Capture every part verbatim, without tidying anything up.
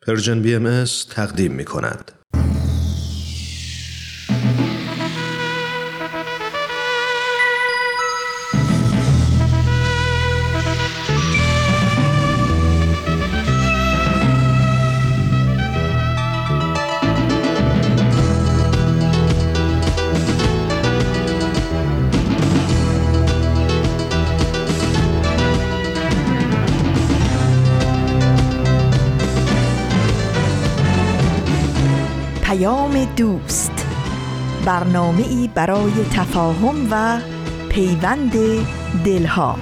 پرژن بی ام اس تقدیم می کند. دوست، برنامه‌ای برای تفاهم و پیوند دلها.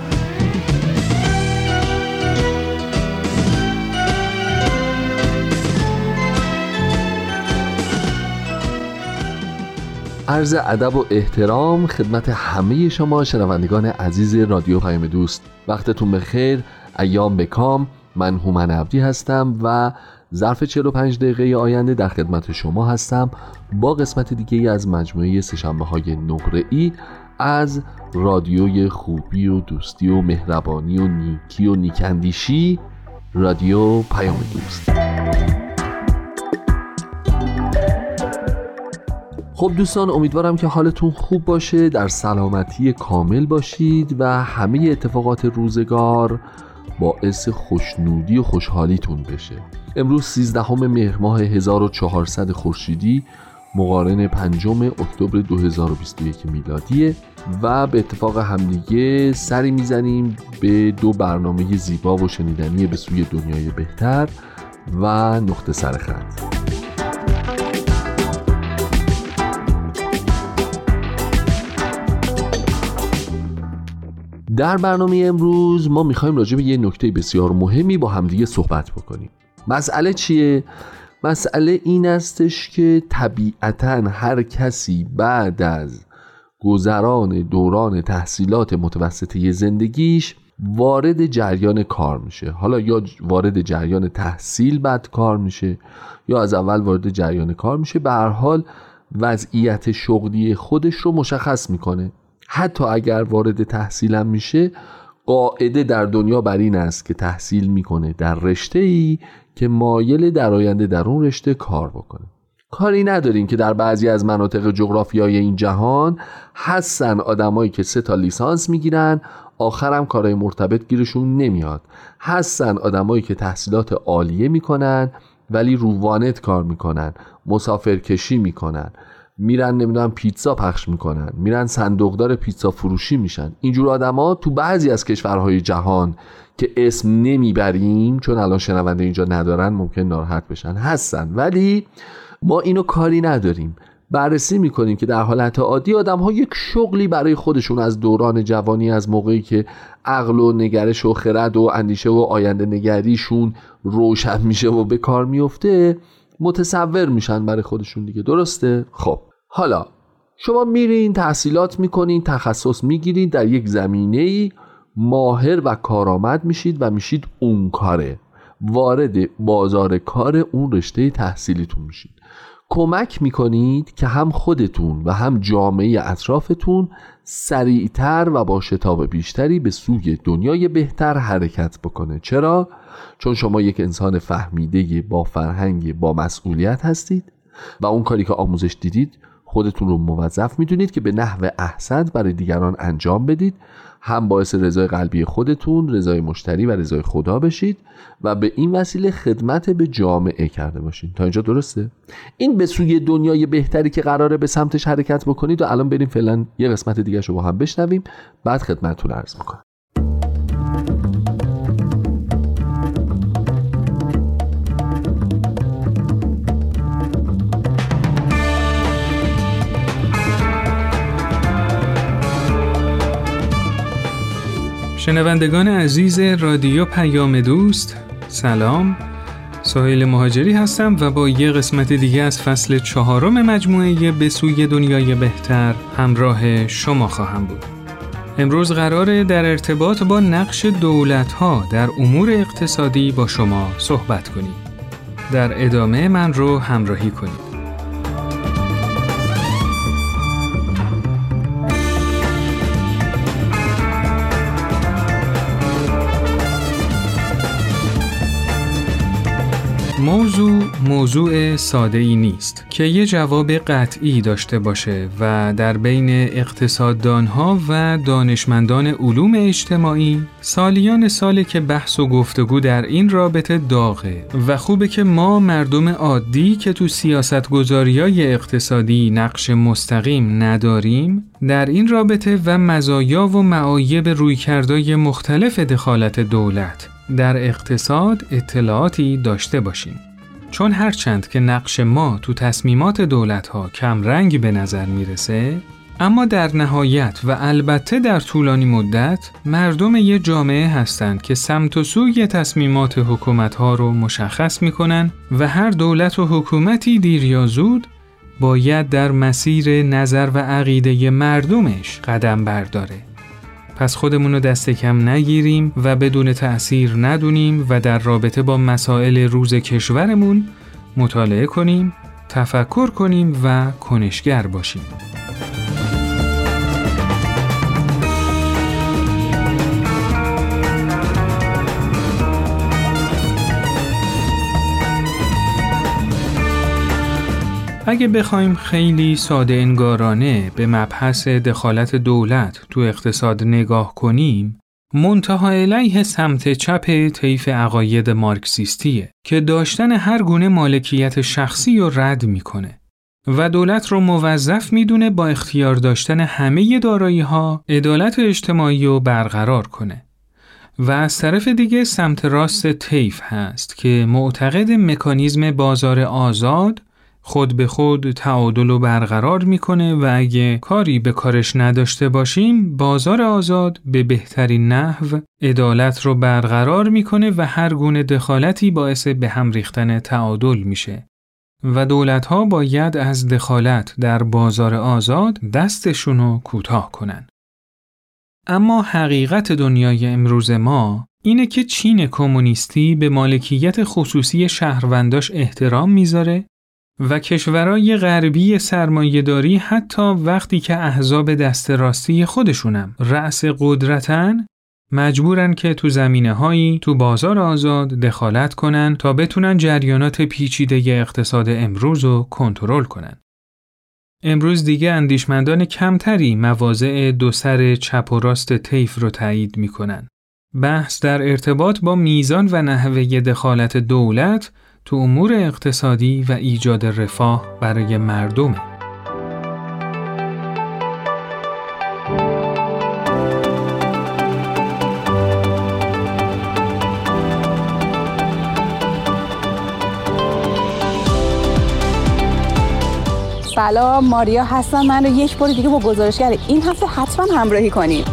عرض ادب و احترام خدمت همه شما شنوندگان عزیز رادیو پیام دوست. وقتتون بخیر، ایام بکام. من هومن عبدی هستم و ظرف چهل و پنج دقیقه آینده در خدمت شما هستم با قسمت دیگه از مجموعه سه‌شنبه های نقره‌ای از رادیوی خوبی و دوستی و مهربانی و نیکی و نیکندیشی، رادیو پیام دوست. خب دوستان، امیدوارم که حالتون خوب باشه، در سلامتی کامل باشید و همه اتفاقات روزگار باعث خوشنودی و خوشحالیتون بشه. امروز سیزدهم مهر ماه هزار و چهارصد خورشیدی مقارن پنجم اکتبر دو هزار و بیست و یک میلادیه و به اتفاق همدیگه سری میزنیم به دو برنامه زیبا و شنیدنی به سوی دنیای بهتر و نقطه سرخط. در برنامه امروز ما میخوایم راجع به یه نکته بسیار مهمی با همدیگه صحبت بکنیم. مسئله چیه؟ مسئله این استش که طبیعتاً هر کسی بعد از گذران دوران تحصیلات متوسطه زندگیش وارد جریان کار میشه. حالا یا وارد جریان تحصیل بعد کار میشه یا از اول وارد جریان کار میشه. به هر حال وضعیت شغلی خودش رو مشخص میکنه. حتی اگر وارد تحصیل هم میشه، قاعده در دنیا بر این است که تحصیل میکنه در رشته‌ای که مایل در آینده در اون رشته کار بکنه. کاری نداریم که در بعضی از مناطق جغرافیایی این جهان هستن آدمایی که سه تا لیسانس میگیرن آخرم کارهای مرتبط گیرشون نمیاد. هستن آدمایی که تحصیلات عالیه میکنن ولی رووانت کار میکنن، مسافرکشی میکنن، میرن نمیدونم پیتزا پخش میکنن، میرن صندوقدار پیتزا فروشی میشن. اینجور آدما تو بعضی از کشورهای جهان که اسم نمیبریم چون الان شنونده اینجا ندارن ممکن ناراحت بشن هستن، ولی ما اینو کاری نداریم. بررسی میکنیم که در حالت عادی آدم‌ها یک شغلی برای خودشون از دوران جوانی، از موقعی که عقل و نگرش و خرد و اندیشه و آینده نگریشون روشن میشه و به کار میفته، متصور میشن برای خودشون دیگه. درسته؟ خب حالا شما میرین تحصیلات میکنین، تخصص میگیرین، در یک زمینه‌ای ماهر و کارآمد میشید و میشید اون کاره، وارد بازار کار اون رشته تحصیلیتون میشید. کمک میکنید که هم خودتون و هم جامعه اطرافتون سریعتر و با شتاب بیشتری به سوی دنیای بهتر حرکت بکنه. چرا؟ چون شما یک انسان فهمیده، با فرهنگ، با مسئولیت هستید و اون کاری که آموزش دیدید خودتون رو موظف میدونید که به نحو احسن برای دیگران انجام بدید. هم باعث رضای قلبی خودتون، رضای مشتری و رضای خدا بشید و به این وسیله خدمت به جامعه کرده باشید. تا اینجا درسته؟ این به سوی دنیای بهتری که قراره به سمتش حرکت بکنید و الان بریم فعلا یه قسمت دیگه رو با هم بشنویم، بعد خدمتتون عرض میکنم. شنوندگان عزیز رادیو پیام دوست، سلام. سهیل مهاجری هستم و با یه قسمت دیگه از فصل چهارم مجموعه به سوی دنیای بهتر همراه شما خواهم بود. امروز قراره در ارتباط با نقش دولت‌ها در امور اقتصادی با شما صحبت کنیم. در ادامه من رو همراهی کنید. موضوع موضوع ساده‌ای نیست که یه جواب قطعی داشته باشه و در بین اقتصاددانها و دانشمندان علوم اجتماعی سالیان ساله که بحث و گفتگو در این رابطه داغه و خوبه که ما مردم عادی که تو سیاستگذاری‌های اقتصادی نقش مستقیم نداریم در این رابطه و مزایا و معایب رویکردهای مختلف دخالت دولت در اقتصاد اطلاعاتی داشته باشیم. چون هرچند که نقش ما تو تصمیمات دولت‌ها کم رنگ به نظر میرسه، اما در نهایت و البته در طولانی مدت مردم یه جامعه هستند که سمت و سوی تصمیمات حکومت‌ها رو مشخص میکنن و هر دولت و حکومتی دیر یا زود باید در مسیر نظر و عقیده مردمش قدم برداره. پس خودمون رو دست کم نگیریم و بدون تأثیر ندونیم و در رابطه با مسائل روز کشورمون مطالعه کنیم، تفکر کنیم و کنشگر باشیم. اگه بخوایم خیلی ساده انگارانه به مبحث دخالت دولت تو اقتصاد نگاه کنیم، منتها الیه سمت چپ طیف عقاید مارکسیستیه که داشتن هر گونه مالکیت شخصی رو رد میکنه و دولت رو موظف میدونه با اختیار داشتن همه دارایی‌ها عدالت اجتماعی رو برقرار کنه. و از طرف دیگه سمت راست طیف هست که معتقد مکانیزم بازار آزاد خود به خود تعادل رو برقرار میکنه و اگه کاری به کارش نداشته باشیم بازار آزاد به بهترین نحو عدالت رو برقرار میکنه و هر گونه دخالتی باعث به هم ریختن تعادل میشه و دولت‌ها باید از دخالت در بازار آزاد دستشون رو کوتاه کنن. اما حقیقت دنیای امروز ما اینه که چین کمونیستی به مالکیت خصوصی شهرونداش احترام میذاره و کشورهای غربی سرمایه‌داری حتی وقتی که احزاب دست راستی خودشونم رأس قدرتن مجبورن که تو زمینه‌هایی تو بازار آزاد دخالت کنن تا بتونن جریانات پیچیده اقتصاد امروز رو کنترل کنن. امروز دیگه اندیشمندان کمتری مواضع دو سر چپ و راست طیف رو تایید میکنن. بحث در ارتباط با میزان و نحوه دخالت دولت تو امور اقتصادی و ایجاد رفاه برای مردمه. سلام، ماریا هستم. من رو یک بار دیگه با گزارشگر این هفته حتما همراهی کنید.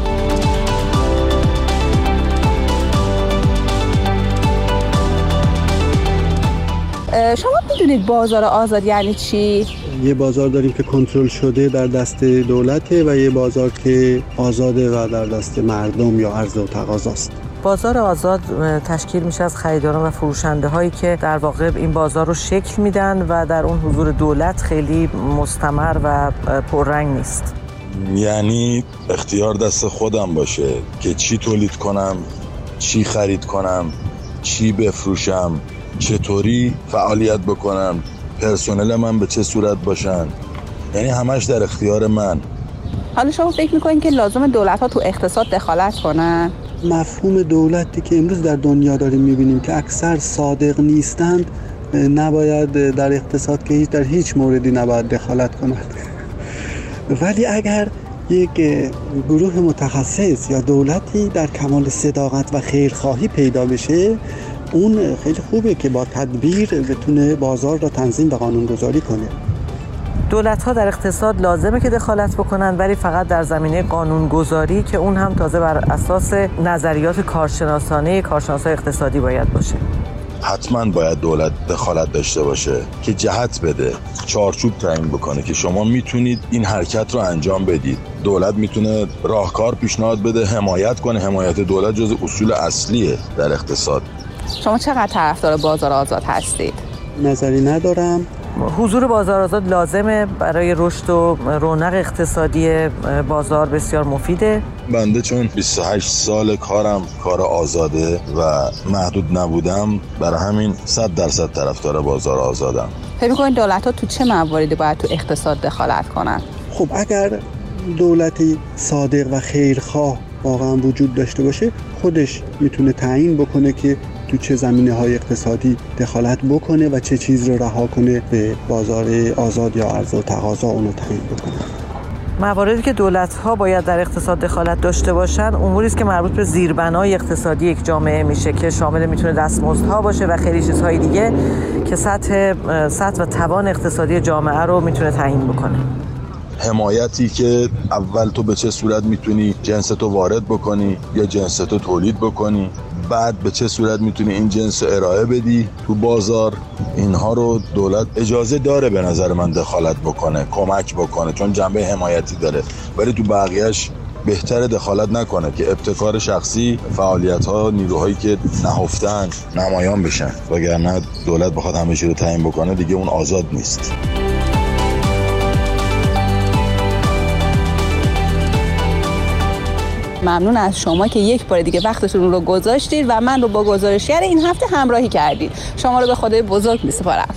شما میدونید بازار آزاد یعنی چی؟ یه بازار داریم که کنترل شده در دست دولته و یه بازار که آزاده و در دست مردم یا عرضه و تقاضاست. بازار آزاد تشکیل میشه از خریداران و فروشنده هایی که در واقع این بازار رو شکل میدن و در اون حضور دولت خیلی مستمر و پررنگ نیست. یعنی اختیار دست خودم باشه که چی تولید کنم، چی خرید کنم، چی بفروشم، چطوری فعالیت بکنم، پرسنل من به چه صورت باشن، یعنی همش در اختیار من. حالا شما فکر میکنین که لازم دولت ها تو اقتصاد دخالت کنن؟ مفهوم دولتی که امروز در دنیا داریم میبینیم که اکثر صادق نیستند نباید در اقتصاد که هیچ در هیچ موردی نباید دخالت کنند. ولی اگر یک گروه متخصص یا دولتی در کمال صداقت و خیرخواهی پیدا بشه، اون خیلی خوبه که با تدبیر بتونه بازار را تنظیم و قانونگذاری کنه. دولت‌ها در اقتصاد لازمه که دخالت بکنن، ولی فقط در زمینه قانونگذاری که اون هم تازه بر اساس نظریات کارشناسانه کارشناسای اقتصادی باید باشه. حتما باید دولت دخالت داشته باشه که جهت بده، چارچوب تعیین بکنه که شما میتونید این حرکت رو انجام بدید. دولت میتونه راهکار پیشنهاد بده، حمایت کنه. حمایت دولت جز اصول اصلیه در اقتصاد. شما چقدر طرفدار بازار آزاد هستید؟ نظری ندارم، حضور بازار آزاد لازمه برای رشد و رونق اقتصادی بازار، بسیار مفیده. بنده چون بیست و هشت سال کارم کار آزاده و محدود نبودم، برای همین صد درصد طرفدار بازار آزادم. فکر می‌کنید دولت‌ها تو چه مواردی باید تو اقتصاد دخالت کنن؟ خب اگر دولتی صادق و خیرخواه واقعا وجود داشته باشه، خودش میتونه تعیین بکنه که تو چه زمینه‌های اقتصادی دخالت بکنه و چه چیز رو رها کنه به بازار آزاد یا عرضه و تقاضا اونو تعیین بکنه. مواردی که دولت‌ها باید در اقتصاد دخالت داشته باشن اموری است که مربوط به زیربنای اقتصادی یک جامعه میشه که شامل میتونه دستمزدها باشه و خیلی چیزهای دیگه که سطح سطح و توان اقتصادی جامعه رو میتونه تعیین بکنه. حمایتی که اول تو به چه صورت میتونی جنستو وارد بکنی یا جنستو تولید بکنی، بعد به چه صورت میتونی این جنس رو ارائه بدی تو بازار، اینها رو دولت اجازه داره به نظر من دخالت بکنه، کمک بکنه، چون جنبه حمایتی داره، ولی تو بقیهش بهتره دخالت نکنه که ابتکار شخصی، فعالیت‌ها، نیروهایی که نهفتن نمایان بشن، وگرنه دولت بخواد همه چی رو تعیین بکنه دیگه اون آزاد نیست. ممنون از شما که یک بار دیگه وقتتون رو گذاشتید و من رو با گزارشگر این هفته همراهی کردید. شما رو به خدای بزرگ می‌سپارم.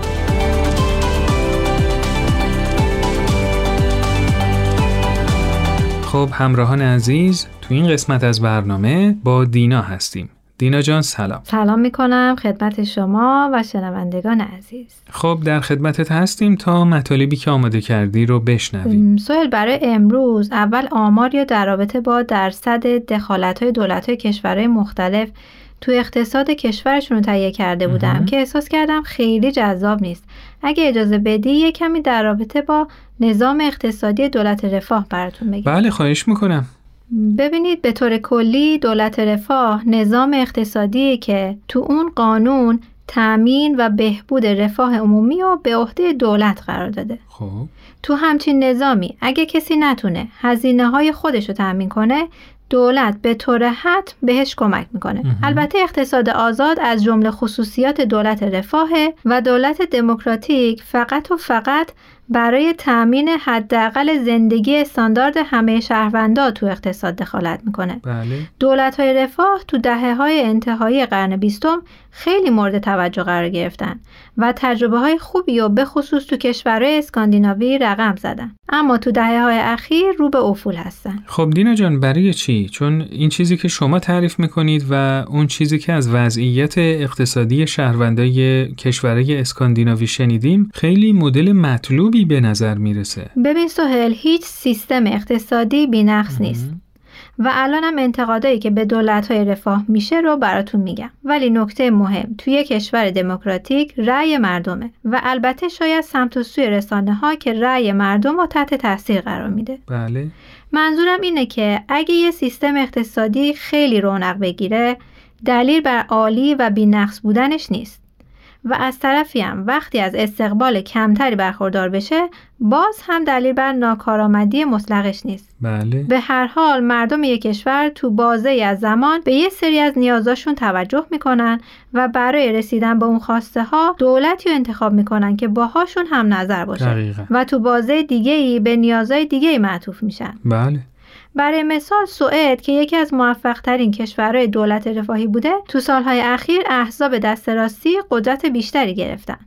خب همراهان عزیز، تو این قسمت از برنامه با دینا هستیم. دینا جان سلام. سلام میکنم خدمت شما و شنوندگان عزیز. خب در خدمتت هستیم تا مطالبی که آماده کردی رو بشنویم. سهیل، برای امروز اول آمار یا در رابطه با درصد دخالت‌های دولت‌های کشورهای مختلف تو اقتصاد کشورشون رو تهیه کرده بودم اه. که احساس کردم خیلی جذاب نیست. اگه اجازه بدی یه کمی در رابطه با نظام اقتصادی دولت رفاه براتون بگم. بله خواهش میکنم. ببینید، به طور کلی دولت رفاه نظام اقتصادی که تو اون قانون تأمین و بهبود رفاه عمومی رو به عهده دولت قرار داده. خب تو همچین نظامی اگه کسی نتونه هزینه‌های خودش رو تأمین کنه، دولت به طور حتم بهش کمک میکنه. البته اقتصاد آزاد از جمله خصوصیات دولت رفاهه و دولت دموکراتیک فقط و فقط برای تأمین حداقل زندگی استاندارد همه شهروندان تو اقتصاد دخالت میکنه. بله. دولت‌های رفاه تو دهه‌های انتهایی قرن بیستم خیلی مورد توجه قرار گرفتن و تجربه‌های خوبی و به خصوص تو کشورهای اسکاندیناوی رقم زدن، اما تو دهه‌های اخیر رو به افول هستن. خب دینا جان، برای چی؟ چون این چیزی که شما تعریف میکنید و اون چیزی که از وضعیت اقتصادی شهروندای کشورهای اسکاندیناوی شنیدیم خیلی مدل مطلوبی به نظر میرسه. ببین سهیل، هیچ سیستم اقتصادی بی‌نقص نیست و الانم انتقادایی که به دولت‌های رفاه میشه رو براتون میگم، ولی نکته مهم توی کشور دموکراتیک رأی مردمه و البته شاید سمت و سوی رسانه‌ها که رأی مردم رو تحت تاثیر قرار میده. بله. منظورم اینه که اگه یه سیستم اقتصادی خیلی رونق بگیره، دلیل بر عالی و بی‌نقص بودنش نیست و از طرفی هم وقتی از استقبال کمتری برخوردار بشه، باز هم دلیل بر ناکارآمدی مطلقش نیست. بله. به هر حال مردم یک کشور تو بازه‌ای از زمان به یه سری از نیازاشون توجه میکنن و برای رسیدن به اون خواسته ها دولتی رو انتخاب میکنن که باهاشون هم نظر باشه. دقیقا. و تو بازه دیگه‌ای به نیازهای دیگه‌ای معطوف میشن. بله. برای مثال سوئد که یکی از موفق‌ترین کشورهای دولت رفاهی بوده، تو سالهای اخیر احزاب دست راستی قدرت بیشتری گرفتن.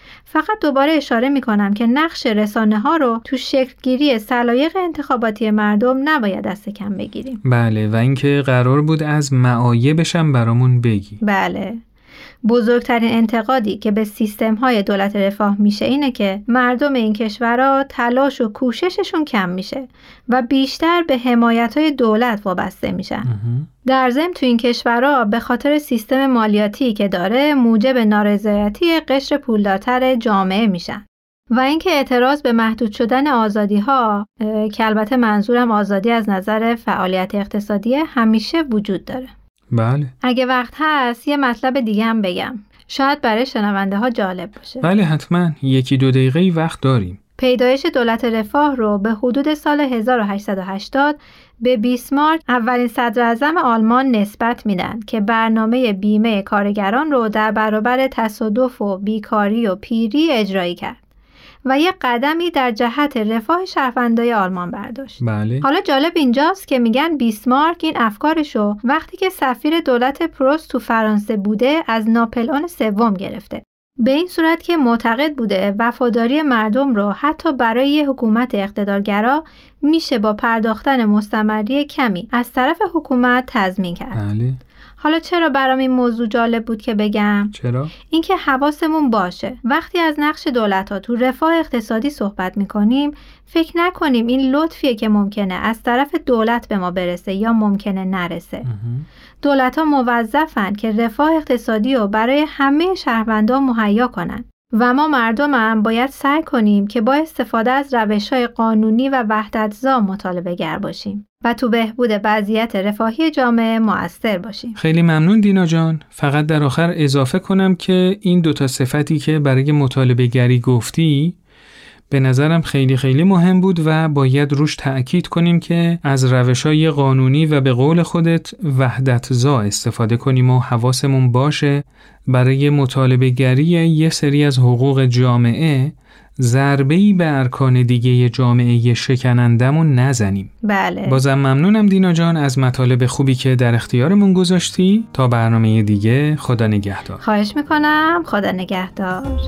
فقط دوباره اشاره می‌کنم که نقش رسانه‌ها رو تو شکل‌گیری سلایق انتخاباتی مردم نباید دست کم بگیریم. بله، و اینکه قرار بود از معایبش هم برامون بگی. بله. بزرگترین انتقادی که به سیستم‌های دولت رفاه میشه اینه که مردم این کشورها تلاش و کوشششون کم میشه و بیشتر به حمایت‌های دولت وابسته میشن. در ضمن تو این کشورها به خاطر سیستم مالیاتی که داره موجب نارضایتی قشر پولدارتر جامعه میشن. و اینکه اعتراض به محدود شدن آزادی‌ها، که البته منظورم آزادی از نظر فعالیت اقتصادی، همیشه وجود داره. بله. اگه وقت هست یه مطلب دیگه هم بگم، شاید برای شنونده ها جالب باشه. بله حتما، یکی دو دقیقه وقت داریم. پیدایش دولت رفاه رو به حدود سال هزار و هشتصد و هشتاد به بیسمارک اولین صدراعظم آلمان نسبت میدن که برنامه بیمه کارگران رو در برابر تصادف و بیکاری و پیری اجرایی کرد و یک قدمی در جهت رفاه شهروندای آلمان برداشت. بله. حالا جالب اینجاست که میگن بیسمارک این افکارشو وقتی که سفیر دولت پروست تو فرانسه بوده از ناپلئون سوم گرفته. به این صورت که معتقد بوده وفاداری مردم رو حتی برای یه حکومت اقتدارگرا میشه با پرداختن مستمری کمی از طرف حکومت تضمین کرد. بله. حالا چرا برام این موضوع جالب بود که بگم؟ چرا؟ اینکه حواسمون باشه وقتی از نقش دولت‌ها تو رفاه اقتصادی صحبت می‌کنیم فکر نکنیم این لطفیه که ممکنه از طرف دولت به ما برسه یا ممکنه نرسه. دولت‌ها موظفن که رفاه اقتصادی رو برای همه شهروندان مهیا کنن و ما مردم هم باید سعی کنیم که با استفاده از روش‌های قانونی و وحدت‌زا مطالبه گر باشیم و تو بهبود وضعیت رفاهی جامعه مؤثر باشیم. خیلی ممنون دینا جان. فقط در آخر اضافه کنم که این دوتا صفتی که برای مطالبه گری گفتی به نظرم خیلی خیلی مهم بود و باید روش تأکید کنیم که از روش‌های قانونی و به قول خودت وحدت‌زا استفاده کنیم و حواسمون باشه برای مطالبه گری یه سری از حقوق جامعه ضربه‌ای به ارکان دیگه جامعه شکنندمون نزنیم. بله. بازم ممنونم دینا جان از مطالب خوبی که در اختیارمون گذاشتی. تا برنامه دیگه، خدا نگهدار. خواهش میکنم. خدا نگهدار.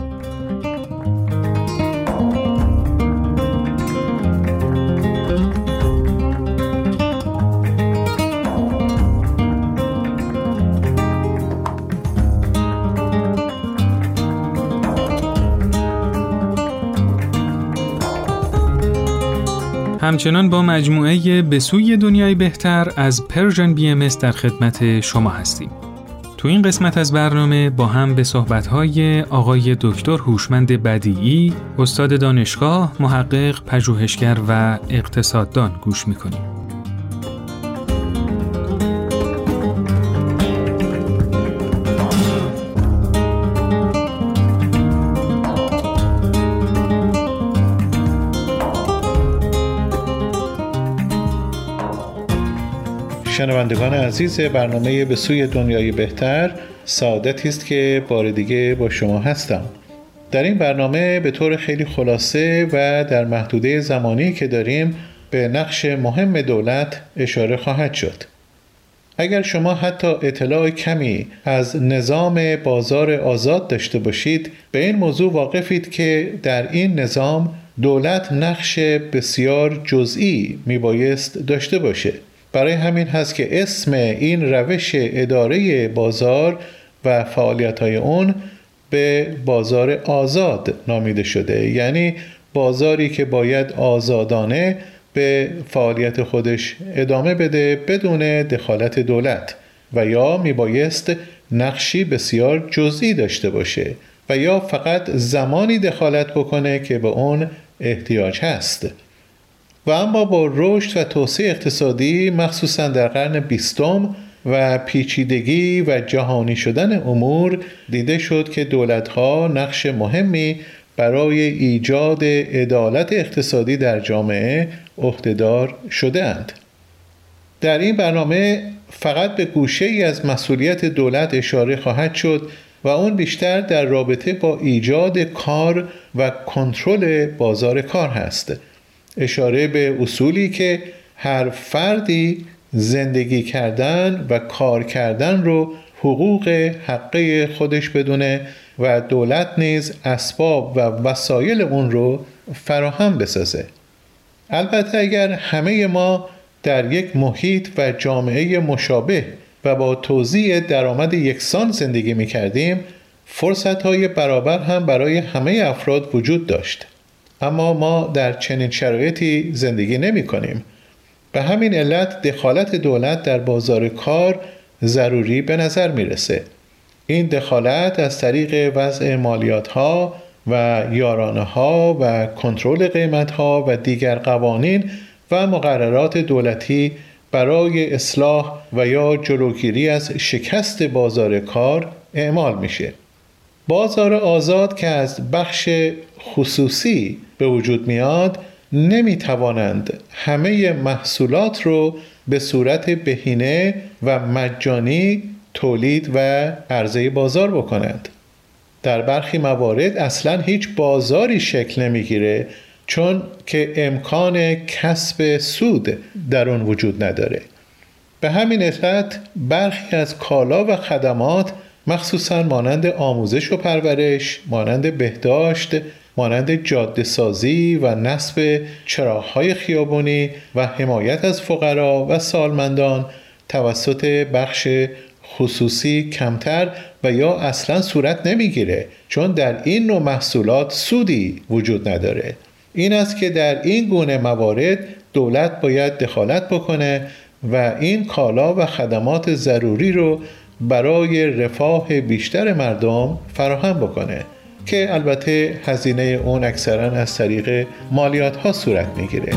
همچنان با مجموعه به سوی دنیای بهتر از پرژن بی ام اس در خدمت شما هستیم. تو این قسمت از برنامه با هم به صحبت‌های آقای دکتر هوشمند بدیعی، استاد دانشگاه، محقق، پژوهشگر و اقتصاددان گوش می‌کنیم. شنوندگان عزیز برنامه به سوی دنیای بهتر، سعادتی است که بار دیگه با شما هستم. در این برنامه به طور خیلی خلاصه و در محدوده زمانی که داریم به نقش مهم دولت اشاره خواهد شد. اگر شما حتی اطلاع کمی از نظام بازار آزاد داشته باشید، به این موضوع واقفید که در این نظام دولت نقش بسیار جزئی میبایست داشته باشه. برای همین هست که اسم این روش اداره بازار و فعالیت‌های اون به بازار آزاد نامیده شده، یعنی بازاری که باید آزادانه به فعالیت خودش ادامه بده بدون دخالت دولت و یا میبایست نقشی بسیار جزئی داشته باشه و یا فقط زمانی دخالت بکنه که به اون احتیاج هست. و اما با رشد و توسعه اقتصادی مخصوصا در قرن بیستم و پیچیدگی و جهانی شدن امور دیده شد که دولت‌ها نقش مهمی برای ایجاد عدالت اقتصادی در جامعه عهده‌دار شده‌اند. در این برنامه فقط به گوشه‌ای از مسئولیت دولت اشاره خواهد شد و اون بیشتر در رابطه با ایجاد کار و کنترل بازار کار هست. اشاره به اصولی که هر فردی زندگی کردن و کار کردن رو حقوق حقه خودش بدونه و دولت نیز اسباب و وسایل اون رو فراهم بسازه. البته اگر همه ما در یک محیط و جامعه مشابه و با توزیع درآمد یکسان زندگی می کردیم، فرصت‌های برابر هم برای همه افراد وجود داشت. اما ما در چنین شرایطی زندگی نمی کنیم. به همین علت دخالت دولت در بازار کار ضروری به نظر می رسه. این دخالت از طریق وضع مالیات ها و یارانه ها و کنترل قیمت ها و دیگر قوانین و مقررات دولتی برای اصلاح و یا جلوگیری از شکست بازار کار اعمال میشه. بازار آزاد که از بخش خصوصی به به وجود میاد، نمیتوانند همه محصولات رو به صورت بهینه و مجانی تولید و عرضه بازار بکنند. در برخی موارد اصلا هیچ بازاری شکل نمیگیره، چون که امکان کسب سود در اون وجود نداره. به همین علت برخی از کالا و خدمات مخصوصا مانند آموزش و پرورش، مانند بهداشت، مانند جاده سازی و نصب چراغ‌های خیابانی و حمایت از فقرا و سالمندان توسط بخش خصوصی کمتر و یا اصلا صورت نمیگیره، چون در این نوع محصولات سودی وجود نداره. این است که در این گونه موارد دولت باید دخالت بکنه و این کالا و خدمات ضروری رو برای رفاه بیشتر مردم فراهم بکنه که البته هزینه اون اکثرا از طریق مالیات ها صورت میگیره.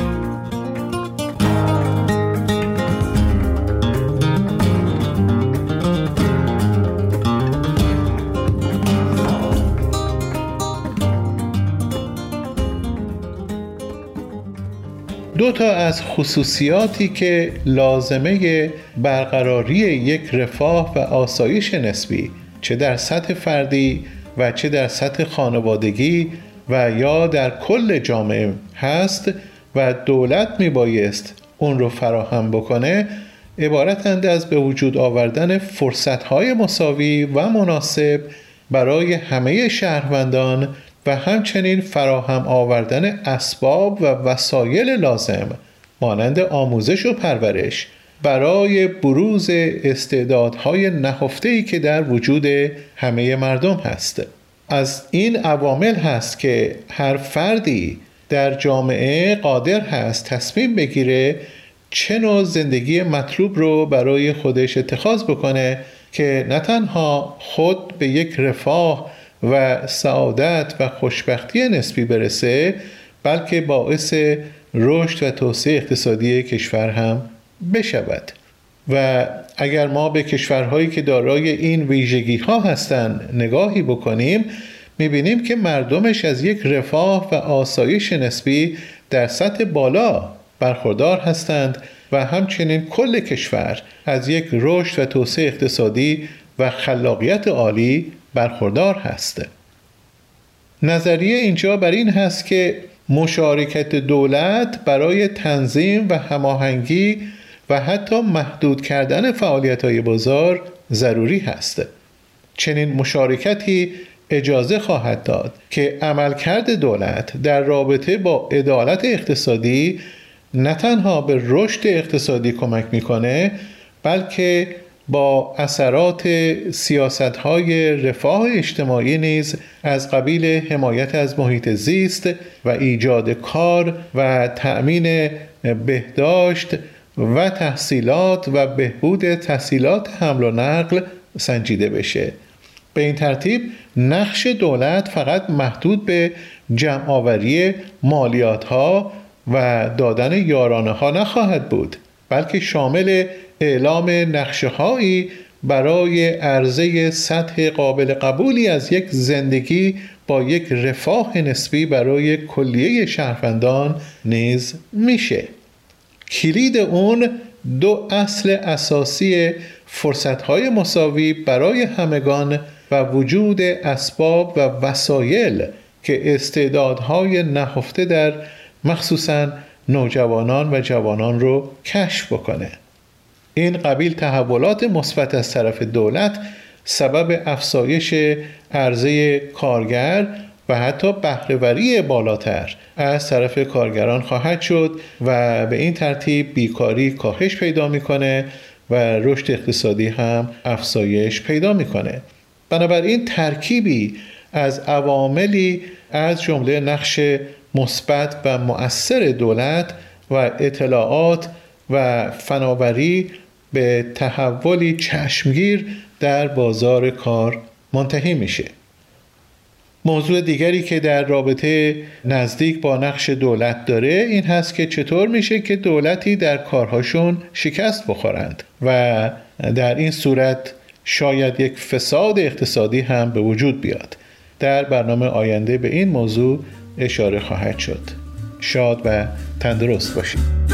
دو تا از خصوصیاتی که لازمه برقراری یک رفاه و آسایش نسبی چه در سطح فردی و چه در سطح خانوادگی و یا در کل جامعه هست و دولت میبایست اون رو فراهم بکنه، عبارتند از به وجود آوردن فرصت‌های مساوی و مناسب برای همه شهروندان و همچنین فراهم آوردن اسباب و وسایل لازم مانند آموزش و پرورش برای بروز استعدادهای نهفته‌ای که در وجود همه مردم هست. از این عوامل هست که هر فردی در جامعه قادر هست تصمیم بگیره چه نوع زندگی مطلوب رو برای خودش اتخاذ بکنه که نه تنها خود به یک رفاه و سعادت و خوشبختی نسبی برسه، بلکه باعث رشد و توسعه اقتصادی کشور هم بشود. و اگر ما به کشورهایی که دارای این ویژگی ها هستند نگاهی بکنیم، میبینیم که مردمش از یک رفاه و آسایش نسبی در سطح بالا برخوردار هستند و همچنین کل کشور از یک رشد و توسعه اقتصادی و خلاقیت عالی برخوردار هست. نظریه اینجا بر این هست که مشارکت دولت برای تنظیم و هماهنگی و حتی محدود کردن فعالیت‌های بازار ضروری هست. چنین مشارکتی اجازه خواهد داد که عملکرد دولت در رابطه با عدالت اقتصادی نه تنها به رشد اقتصادی کمک میکنه، بلکه با اثرات سیاست‌های رفاه اجتماعی نیز از قبیل حمایت از محیط زیست و ایجاد کار و تأمین بهداشت و تحصیلات و بهبود تسهیلات حمل و نقل سنجیده بشه. به این ترتیب نقش دولت فقط محدود به جمع‌آوری مالیات‌ها و دادن یارانه‌ها نخواهد بود، بلکه شامل اعلام نقشه‌هایی برای عرضه سطح قابل قبولی از یک زندگی با یک رفاه نسبی برای کلیه شهروندان نیز میشه. کلید اون دو اصل اساسی فرصت‌های مساوی برای همگان و وجود اسباب و وسایل که استعدادهای نهفته در مخصوصاً نوجوانان و جوانان رو کشف بکنه. این قبیل تحولات مثبت از طرف دولت سبب افزایش عرضه کارگر و حتی بهره‌وری بالاتر از طرف کارگران خواهد شد و به این ترتیب بیکاری کاهش پیدا میکنه و رشد اقتصادی هم افزایش پیدا میکنه. بنابراین ترکیبی از عواملی از جمله نقش مثبت و مؤثر دولت و اطلاعات و فناوری به تحولی چشمگیر در بازار کار منتهی میشه. موضوع دیگری که در رابطه نزدیک با نقش دولت داره این هست که چطور میشه که دولتی در کارهاشون شکست بخورند و در این صورت شاید یک فساد اقتصادی هم به وجود بیاد. در برنامه آینده به این موضوع اشاره خواهد شد. شاد و تندرست باشید.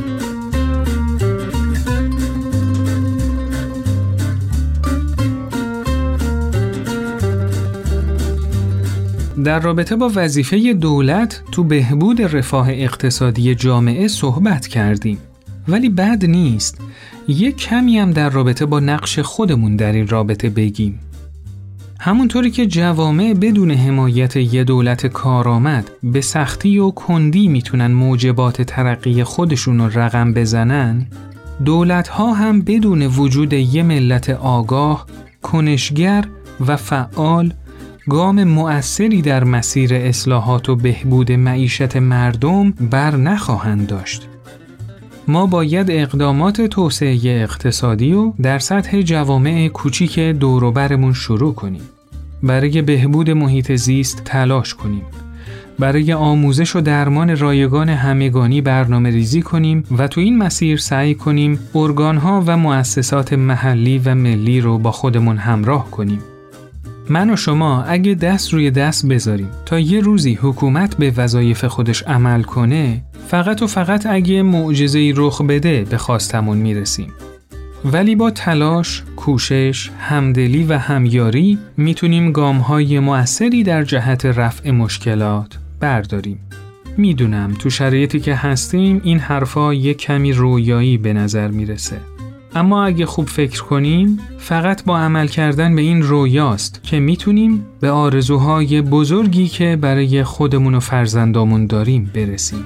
در رابطه با وظیفه دولت تو بهبود رفاه اقتصادی جامعه صحبت کردیم، ولی بد نیست یک کمی هم در رابطه با نقش خودمون در این رابطه بگیم. همونطوری که جوامع بدون حمایت یه دولت کارآمد به سختی و کندی میتونن موجبات ترقی خودشون رو رقم بزنن، دولت‌ها هم بدون وجود یه ملت آگاه، کنشگر و فعال گام مؤثری در مسیر اصلاحات و بهبود معیشت مردم بر نخواهند داشت. ما باید اقدامات توسعه اقتصادی رو در سطح جوامع کوچیک دور و برمون شروع کنیم. برای بهبود محیط زیست تلاش کنیم. برای آموزش و درمان رایگان همگانی برنامه ریزی کنیم و تو این مسیر سعی کنیم ارگان‌ها و مؤسسات محلی و ملی رو با خودمون همراه کنیم. من و شما اگه دست روی دست بذاریم تا یه روزی حکومت به وظایف خودش عمل کنه، فقط و فقط اگه معجزه‌ای رخ بده به خواستمون میرسیم. ولی با تلاش، کوشش، همدلی و همیاری میتونیم گام‌های مؤثری در جهت رفع مشکلات برداریم. میدونم تو شرایطی که هستیم این حرفا یه کمی رویایی به نظر میرسه. اما اگه خوب فکر کنیم، فقط با عمل کردن به این رویاست که میتونیم به آرزوهای بزرگی که برای خودمون و فرزندامون داریم برسیم.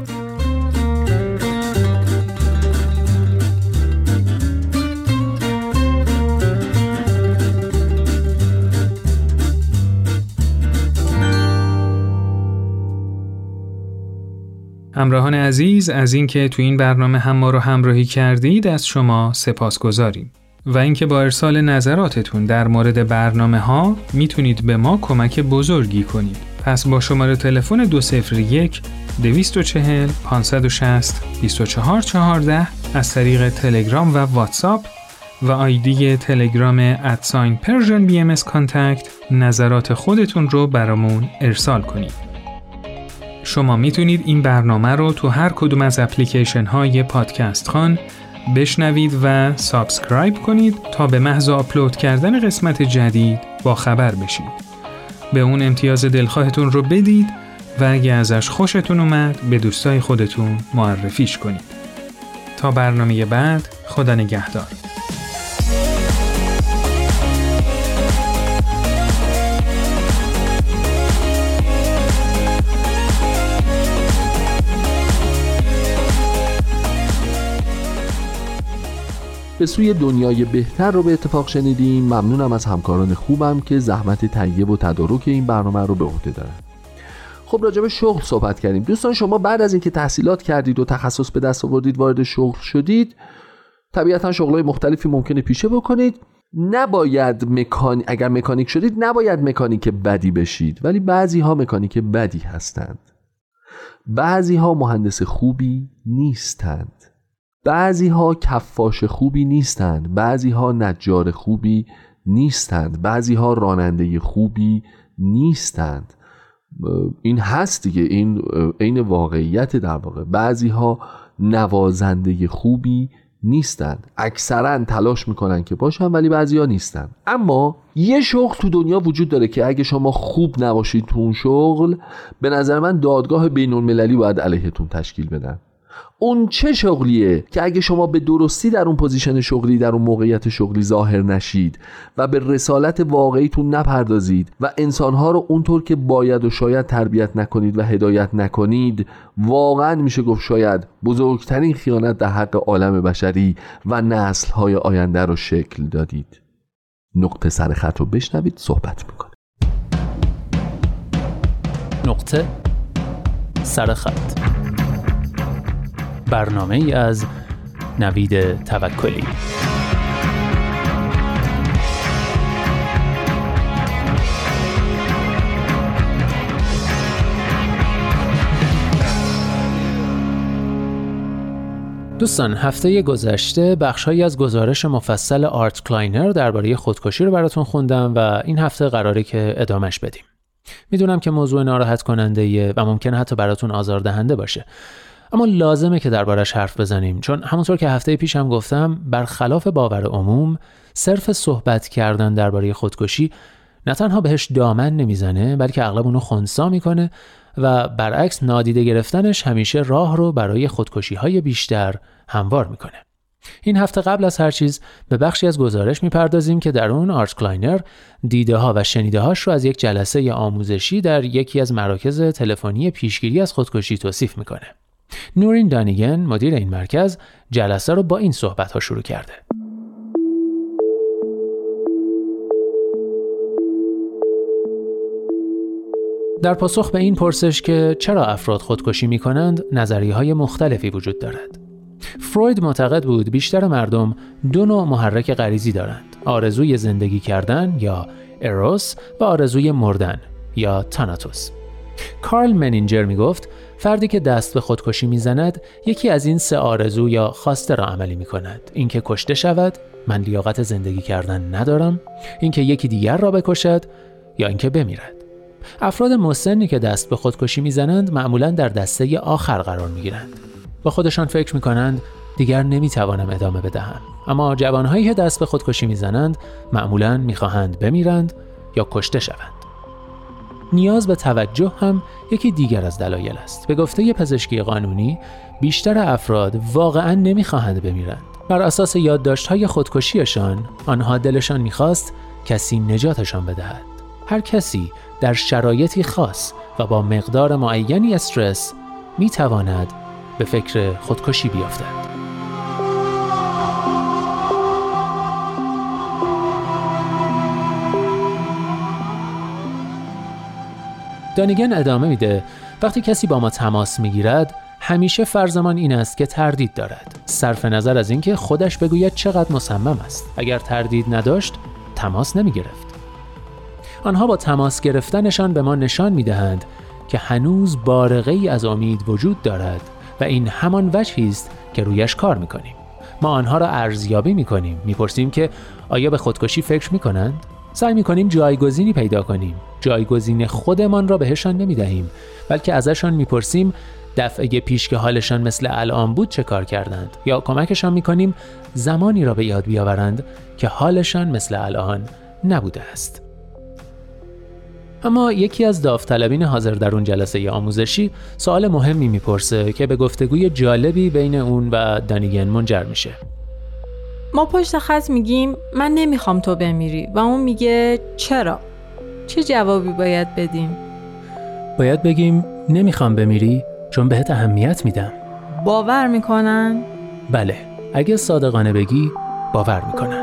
همراهان عزیز، از اینکه تو این برنامه هم ما رو همراهی کردید از شما سپاسگزاریم و اینکه با ارسال نظراتتون در مورد برنامه ها میتونید به ما کمک بزرگی کنید. پس با شماره تلفن دو صفر یک دویست و چهل پانصد و شصت بیست و چهار چهارده از طریق تلگرام و واتساپ و آیدی تلگرام ادساین پرژن بی ام اس کانتکت نظرات خودتون رو برامون ارسال کنید. شما میتونید این برنامه رو تو هر کدوم از اپلیکیشن های پادکست خان بشنوید و سابسکرایب کنید تا به محض آپلود کردن قسمت جدید با خبر بشید. به اون امتیاز دلخواهتون رو بدید و اگه ازش خوشتون اومد به دوستای خودتون معرفیش کنید. تا برنامه بعد، خدا نگهدار. به سوی دنیای بهتر رو به اتفاق شنیدیم. ممنونم از همکاران خوبم که زحمت تهیه و تدارک این برنامه رو به عهده دارن. خب راجع به شغل صحبت کردیم. دوستان شما بعد از اینکه تحصیلات کردید و تخصص به دست آوردید وارد شغل شدید، طبیعتاً شغلای مختلفی ممکنه پیشه بکنید. نباید مکانی اگر مکانیک شدید نباید مکانیک بدی بشید، ولی بعضی ها مکانیک بدی هستند. بعضی ها مهندس خوبی نیستند. بعضی ها کفاش خوبی نیستند، بعضی ها نجار خوبی نیستند، بعضی ها راننده خوبی نیستند. این هست دیگه، این عین واقعیت در واقع. بعضی ها نوازنده خوبی نیستند، اکثرا تلاش میکنن که باشن ولی بعضی ها نیستن. اما یه شغل تو دنیا وجود داره که اگه شما خوب نباشید تو اون شغل، به نظر من دادگاه بین المللی باید علیهتون تشکیل بدن. اون چه شغلیه که اگه شما به درستی در اون پوزیشن شغلی، در اون موقعیت شغلی ظاهر نشید و به رسالت واقعیتون نپردازید و انسانها رو اونطور که باید و شاید تربیت نکنید و هدایت نکنید، واقعا میشه گفت شاید بزرگترین خیانت در حق عالم بشری و نسل‌های آینده رو شکل دادید. نقطه سر خط رو بشنوید، صحبت میکنه. نقطه سر خط، برنامه ای از نوید توکلی. دوستان، هفته گذشته بخش‌هایی از گزارش مفصل آرت کلاینر درباره خودکشی رو براتون خوندم و این هفته قراره که ادامش بدیم. میدونم که موضوع ناراحت کننده و ممکنه حتی براتون آزاردهنده باشه، اما لازمه که دربارش حرف بزنیم، چون همونطور که هفته پیش هم گفتم برخلاف باور عموم صرف صحبت کردن درباره خودکشی نه تنها بهش دامن نمیزنه بلکه اغلب اونو خنثی میکنه و برعکس نادیده گرفتنش همیشه راه رو برای خودکشی‌های بیشتر هموار میکنه. این هفته قبل از هر چیز به بخشی از گزارش میپردازیم که در اون آرت کلاینر دیده ها و شنیده هاش رو از یک جلسه آموزشی در یکی از مراکز تلفنی پیشگیری از خودکشی توصیف میکنه. نورین دانیگن مدیر این مرکز جلسه رو با این صحبت ها شروع کرده. در پاسخ به این پرسش که چرا افراد خودکشی میکنند نظریه‌های مختلفی وجود دارد. فروید معتقد بود بیشتر مردم دو نوع محرک غریزی دارند: آرزوی زندگی کردن یا اروس و آرزوی مردن یا تاناتوس. کارل منینجر میگفت فردی که دست به خودکشی میزند یکی از این سه آرزو یا خواسته را عملی میکند: اینکه کشته شود، من لیاقت زندگی کردن ندارم، اینکه یکی دیگر را بکشد، یا اینکه بمیرد. افراد مسنی که دست به خودکشی میزنند معمولاً در دسته آخر قرار میگیرند. با خودشان فکر میکنند دیگر نمیتوانم ادامه بدهم. اما جوانهایی که دست به خودکشی میزنند معمولاً میخواهند بمیرند یا کشته شوند. نیاز به توجه هم یکی دیگر از دلایل است. به گفته پزشکی قانونی بیشتر افراد واقعاً نمیخواهند بمیرند. بر اساس یادداشت‌های خودکشیشان آنها دلشان میخواست کسی نجاتشان بدهد. هر کسی در شرایطی خاص و با مقدار معینی استرس میتواند به فکر خودکشی بیفتد. دانیگن ادامه میده وقتی کسی با ما تماس میگیرد همیشه فرضمان این است که تردید دارد، صرف نظر از اینکه خودش بگوید چقدر مصمم است. اگر تردید نداشت تماس نمیگرفت. آنها با تماس گرفتنشان به ما نشان میدهند که هنوز بارقه‌ای از امید وجود دارد و این همان وجهی است که رویش کار میکنیم. ما آنها را ارزیابی میکنیم، میپرسیم که آیا به خودکشی فکر میکنند؟ سعی میکنیم جایگزینی پیدا کنیم. جایگزین خودمان را بهشان نمیدهیم، بلکه ازشان میپرسیم دفعه پیش که حالشان مثل الان بود چه کار کردند، یا کمکشان میکنیم زمانی را به یاد بیاورند که حالشان مثل الان نبوده است. اما یکی از داوطلبین حاضر در اون جلسه آموزشی سوال مهمی میپرسه که به گفتگوی جالبی بین اون و دانیگن منجر میشه. ما پشت خط میگیم من نمیخوام تو بمیری و اون میگه چرا؟ چه جوابی باید بدیم؟ باید بگیم نمیخوام بمیری چون بهت اهمیت میدم. باور میکنن؟ بله، اگه صادقانه بگی باور میکنن.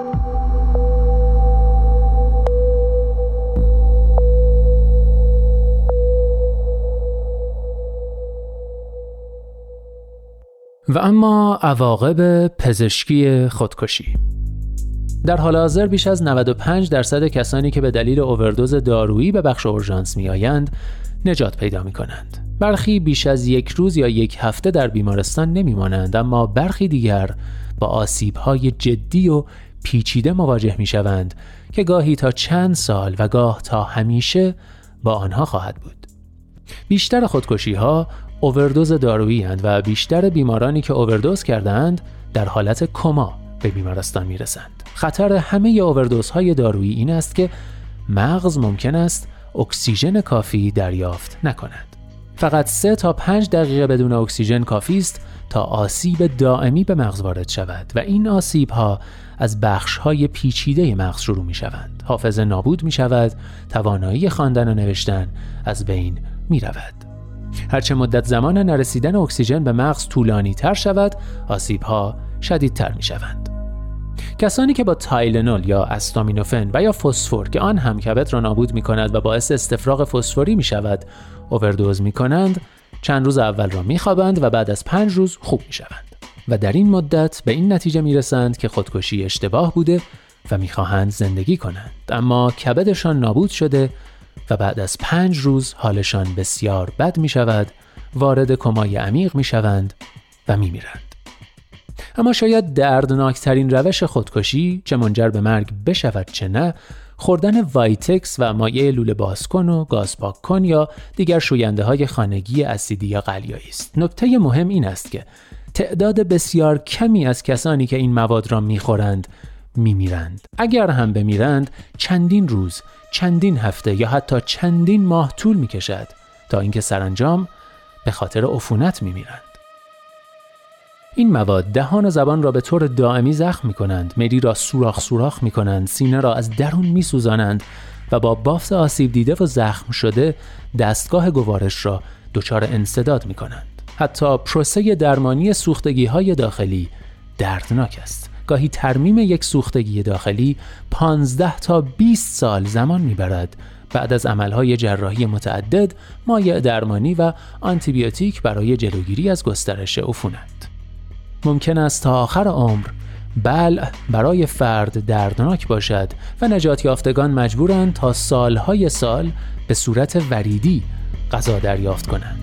و اما عواقب پزشکی خودکشی. در حال حاضر بیش از نود و پنج درصد کسانی که به دلیل اووردوز دارویی به بخش اورژانس می آیند نجات پیدا می کنند. برخی بیش از یک روز یا یک هفته در بیمارستان نمی مانند، اما برخی دیگر با آسیب‌های جدی و پیچیده مواجه می شوند که گاهی تا چند سال و گاه تا همیشه با آنها خواهد بود. بیشتر خودکشی‌ها اووردوز دارویی اند و بیشتر بیمارانی که اووردوز کردند در حالت کما به بیمارستان میرسند. خطر همه اووردوزهای دارویی این است که مغز ممکن است اکسیژن کافی دریافت نکند. فقط سه تا پنج دقیقه بدون اکسیژن کافی است تا آسیب دائمی به مغز وارد شود و این آسیب‌ها از بخش‌های پیچیده مغز شروع می‌شوند. حافظه نابود می‌شود، توانایی خواندن و نوشتن از بین می‌رود. هرچه مدت زمان نرسیدن اکسیژن به مغز طولانی تر شود، آسیب‌ها شدیدتر می‌شوند. کسانی که با تایلنول یا استامینوفن و یا فسفر که آن هم کبد را نابود می‌کند و باعث استفراغ فسفری می‌شود، اووردوز می‌کنند، چند روز اول را می‌خوابند و بعد از پنج روز خوب می‌شوند و در این مدت به این نتیجه می‌رسند که خودکشی اشتباه بوده و می‌خواهند زندگی کنند، اما کبدشان نابود شده و بعد از پنج روز حالشان بسیار بد می شود، وارد کمای عمیق می شوند و می میرند. اما شاید دردناکترین روش خودکشی، چه منجر به مرگ بشود چه نه، خوردن وایتکس و مایع لوله باز کن و گاز پاک کن یا دیگر شوینده های خانگی اسیدی یا قلیایی است. نکته مهم این است که تعداد بسیار کمی از کسانی که این مواد را میخورند میمیرند. اگر هم بمیرند چندین روز، چندین هفته یا حتی چندین ماه طول میکشد تا اینکه سرانجام به خاطر عفونت میمیرند. این مواد دهان و زبان را به طور دائمی زخم می‌کنند، معده را سوراخ سوراخ می‌کنند، سینه را از درون می‌سوزانند و با بافت آسیب دیده و زخم شده دستگاه گوارش را دچار انسداد می‌کنند. حتی پروسه درمانی سوختگی‌های داخلی دردناک است. گاهی ترمیم یک سوختگی داخلی پانزده تا بیست سال زمان می‌برد. بعد از عملهای جراحی متعدد، مایع درمانی و آنتیبیوتیک برای جلوگیری از گسترش عفونت. ممکن است تا آخر عمر بلع برای فرد دردناک باشد و نجات یافتگان مجبورند تا سالهای سال به صورت وریدی غذا دریافت کنند.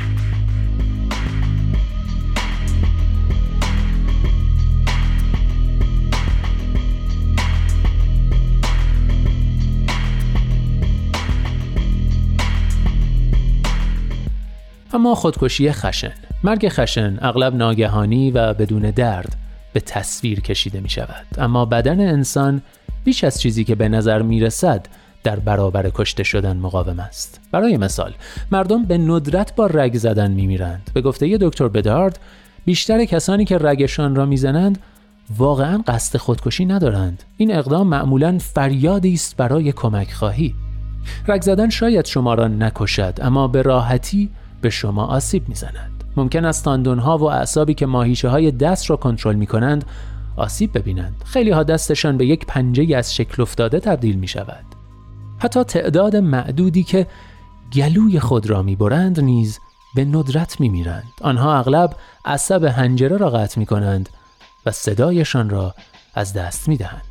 اما خودکشی خشن، مرگ خشن اغلب ناگهانی و بدون درد به تصویر کشیده می شود. اما بدن انسان بیش از چیزی که به نظر می رسد در برابر کشته شدن مقاوم است. برای مثال، مردم به ندرت با رگ زدن می میرند. به گفته دکتر بدارد، بیشتر کسانی که رگشان را می زنند واقعاً قصد خودکشی ندارند. این اقدام معمولاً فریادی است برای کمک خواهی. رگ زدن شاید شما را نکشد، اما به راحتی به شما آسیب میزند. ممکن است تاندون‌ها و اعصابی که ماهیچه‌های دست را کنترل می‌کنند آسیب ببینند. خیلی ها دستشان به یک پنجه از شکل افتاده تبدیل می‌شود. حتی تعداد معدودی که گلوی خود را می‌برند نیز به ندرت می‌میرند. آنها اغلب عصب حنجره را قطع می‌کنند و صدایشان را از دست می‌دهند.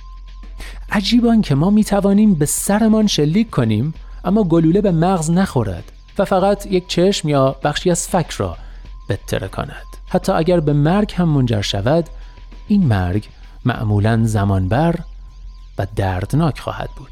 عجیب آن که ما می‌توانیم به سرمان شلیک کنیم اما گلوله به مغز نخورد و فقط یک چشم یا بخشی از فک را بتره کند. حتی اگر به مرگ هم منجر شود، این مرگ معمولاً زمانبر و دردناک خواهد بود.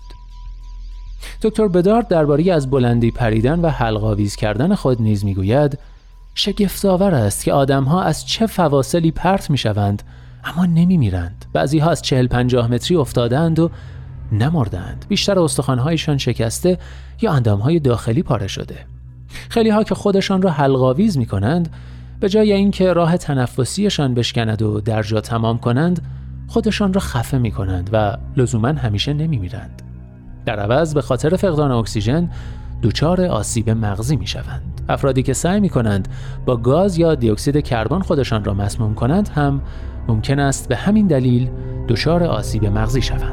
دکتر بدارد درباره از بلندی پریدن و حلق‌آویز کردن خود نیز میگوید شگفت‌آور است که آدم‌ها از چه فواصلی پرت میشوند اما نمیمیرند. بعضی‌ها از چهل پنجاه متری افتادند و نمردند. بیشتر استخوان‌هایشان شکسته یا اندام‌های داخلی پاره شده. خیلی ها که خودشان را حلق‌آویز می‌کنند، به جای اینکه راه تنفسیشان بشکند و در جا تمام کنند، خودشان را خفه می‌کنند و لزوماً همیشه نمی‌میرند. در عوض به خاطر فقدان اکسیژن دچار آسیب مغزی می‌شوند. افرادی که سعی می‌کنند با گاز یا دی اکسید کربن خودشان را مسموم کنند هم ممکن است به همین دلیل دچار آسیب مغزی شوند.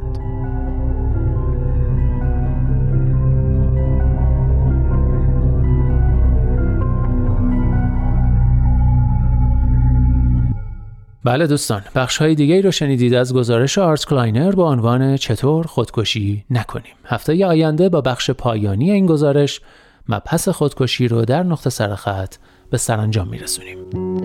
بله دوستان، بخش‌های دیگه‌ای رو شنیدید از گزارش آرت کلاینر با عنوان چطور خودکشی نکنیم. هفته آینده با بخش پایانی این گزارش مبحث خودکشی رو در نقطه سرخط به سرانجام میرسونیم.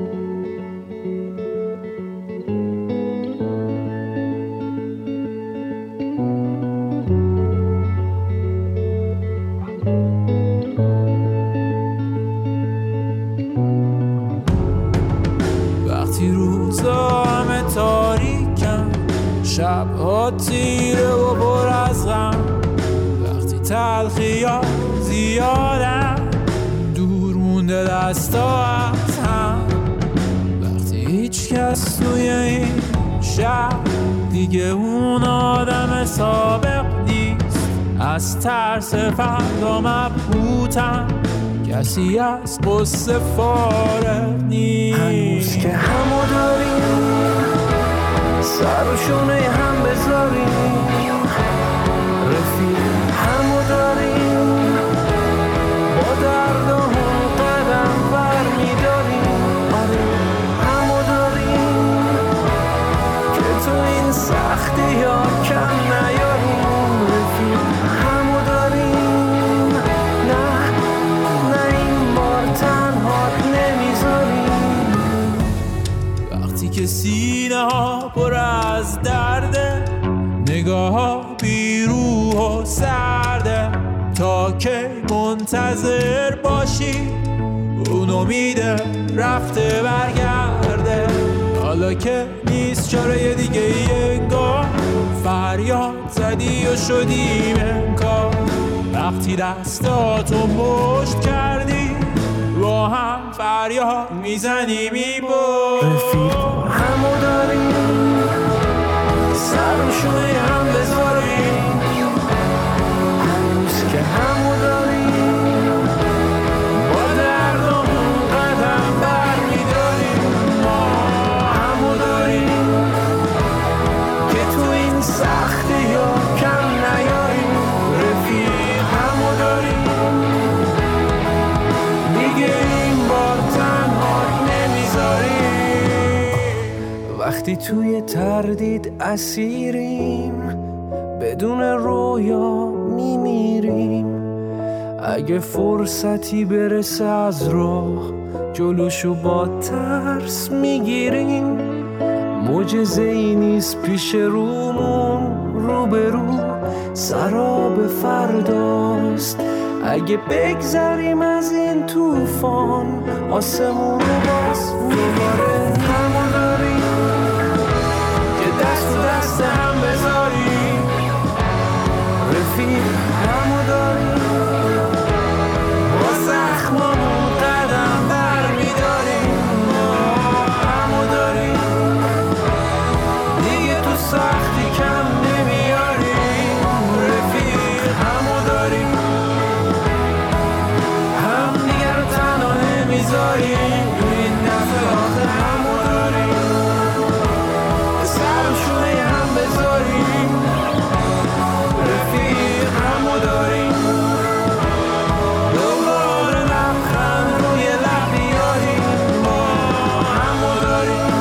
وقتی روزا همه تاریکم، شبها تیره و پر از غم، وقتی تلخی‌ها زیادم، دور مونده دستا از هم، وقتی هیچ کس توی این شهر دیگه اون آدم سابق نیست، از ترس فردا مبهوتم، کسی از قصه فارغ نیست. هنوز که همو داریم، سر و شونه هم بذاریم، رفیق همو داریم، با دردامون قدم بر میداریم. آره همو داریم که تو این سختی ها کم نیاریم. رفیق همو داریم، نه نه این بار تنهات نمیذاریم. وقتی که سینه ها پر از درده، نگاه ها منتظر باشی اون امیده رفته برگرده. حالا که نیست چاره دیگه ای انگار، فریاد زدی و شدی منکار. وقتی دستاتو پشت کردی با هم فریاد میزنی میبار. رفیق همو داریم سر و شونه هم بذاریم، هنوز که همو داریم با دردمون قدم بر میداریم. ما همو داریم که تو این سختی ها کم نیاریم. رفیق همو داریم دیگه این بار تنها نمیذاریم. وقتی توی تردید اسیریم بدون رویا میمیریم. اگه فرصتی برسه از راه جلوشو با ترس میگیریم. معجزه ای نیست پیش رومون، روبرو سراب فرداست. اگه بگذریم از این طوفان آسمون رو باز دوباره همو داریم که دست و دست هم بذاریم. رفیق همو داریم با زخممون قدم بر میداریم. همو داریم دیگه تو سختی کم نمیاریم. رفیق همو داریم هم دیگه رو تنها نمیذاریم. این دفعه آخه همو داریم سر و شونه هم بذاریم. رفیق همو داریم دوباره لبخند روی لب بیاریم. ما همو داریم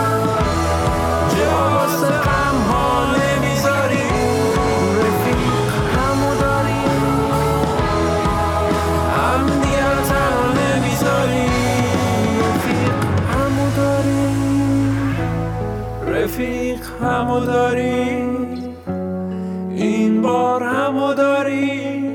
جا واسه غم ها نمیذاریم. رفیق همو داریم هم دیگه رو تنها نمیذاریم. رفیق همو داریم رفیق همو داریم این بار همو داریم.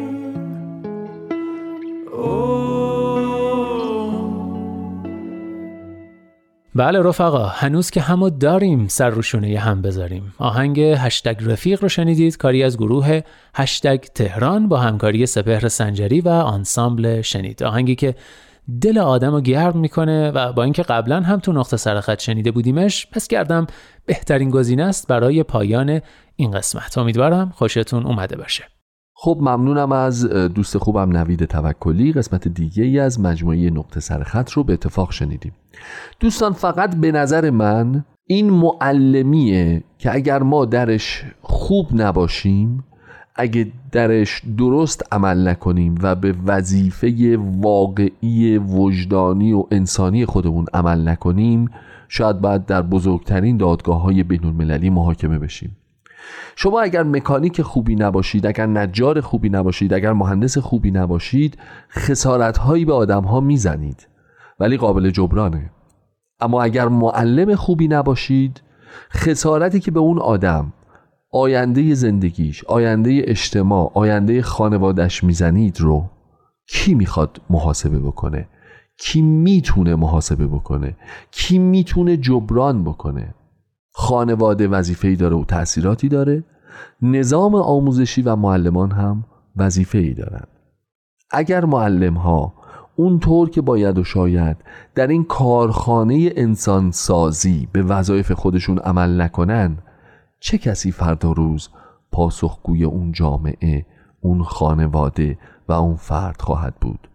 بله رفقا، هنوز که همو داریم سر رو شونه هم بذاریم. آهنگ هشتگ رفیق رو شنیدید، کاری از گروه هشتگ تهران با همکاری سپهر سنجری و آنسامبل شنید. آهنگی که دل آدم رو گرم میکنه و با اینکه قبلا هم تو نقطه سرخط شنیده بودیمش، پس کردم بهترین گزینه است برای پایان این قسمت. امیدوارم خوشتون اومده باشه. خب ممنونم از دوست خوبم نوید توکلی. قسمت دیگه ای از مجموعه نقطه سرخط رو به اتفاق شنیدیم. دوستان فقط به نظر من این معلمیه که اگر ما درش خوب نباشیم، اگه درش درست عمل نکنیم و به وظیفه واقعی وجدانی و انسانی خودمون عمل نکنیم، شاید باید در بزرگترین دادگاه‌های بین‌المللی محاکمه بشیم. شما اگر مکانیک خوبی نباشید، اگر نجار خوبی نباشید، اگر مهندس خوبی نباشید، خسارت‌هایی به آدم‌ها میزنید ولی قابل جبرانه. اما اگر معلم خوبی نباشید، خسارتی که به اون آدم آینده زندگیش، آینده اجتماع، آینده خانواده‌اش میزنید رو کی میخواد محاسبه بکنه؟ کی میتونه محاسبه بکنه؟ کی میتونه جبران بکنه؟ خانواده وظیفه‌ای داره و تأثیراتی داره. نظام آموزشی و معلمان هم وظیفه‌ای دارن. اگر معلم‌ها اونطور که باید و شاید در این کارخانه انسانسازی به وظایف خودشون عمل نکنن، چه کسی فردا روز پاسخگوی اون جامعه، اون خانواده و اون فرد خواهد بود؟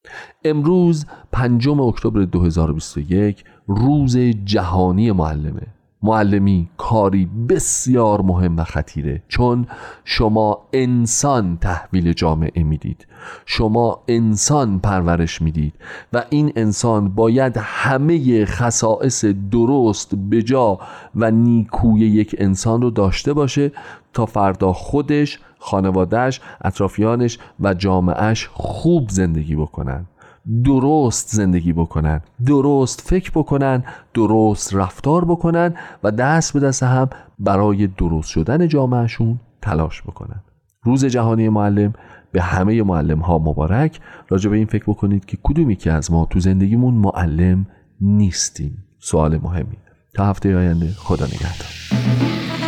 امروز پنجم اکتبر دو هزار و بیست و یک روز جهانی معلمه. معلمی کاری بسیار مهم و خطیره، چون شما انسان تحویل جامعه میدید، شما انسان پرورش میدید و این انسان باید همه خصائص درست بجا و نیکوی یک انسان رو داشته باشه تا فردا خودش، خانوادهش، اطرافیانش و جامعهش خوب زندگی بکنن، درست زندگی بکنن، درست فکر بکنن، درست رفتار بکنن و دست به دست هم برای درست شدن جامعهشون تلاش بکنن. روز جهانی معلم به همه معلم ها مبارک. راجع به این فکر بکنید که کدومی که از ما تو زندگیمون معلم نیستیم. سوال مهمی. تا هفته آینده، خدا نگهدار.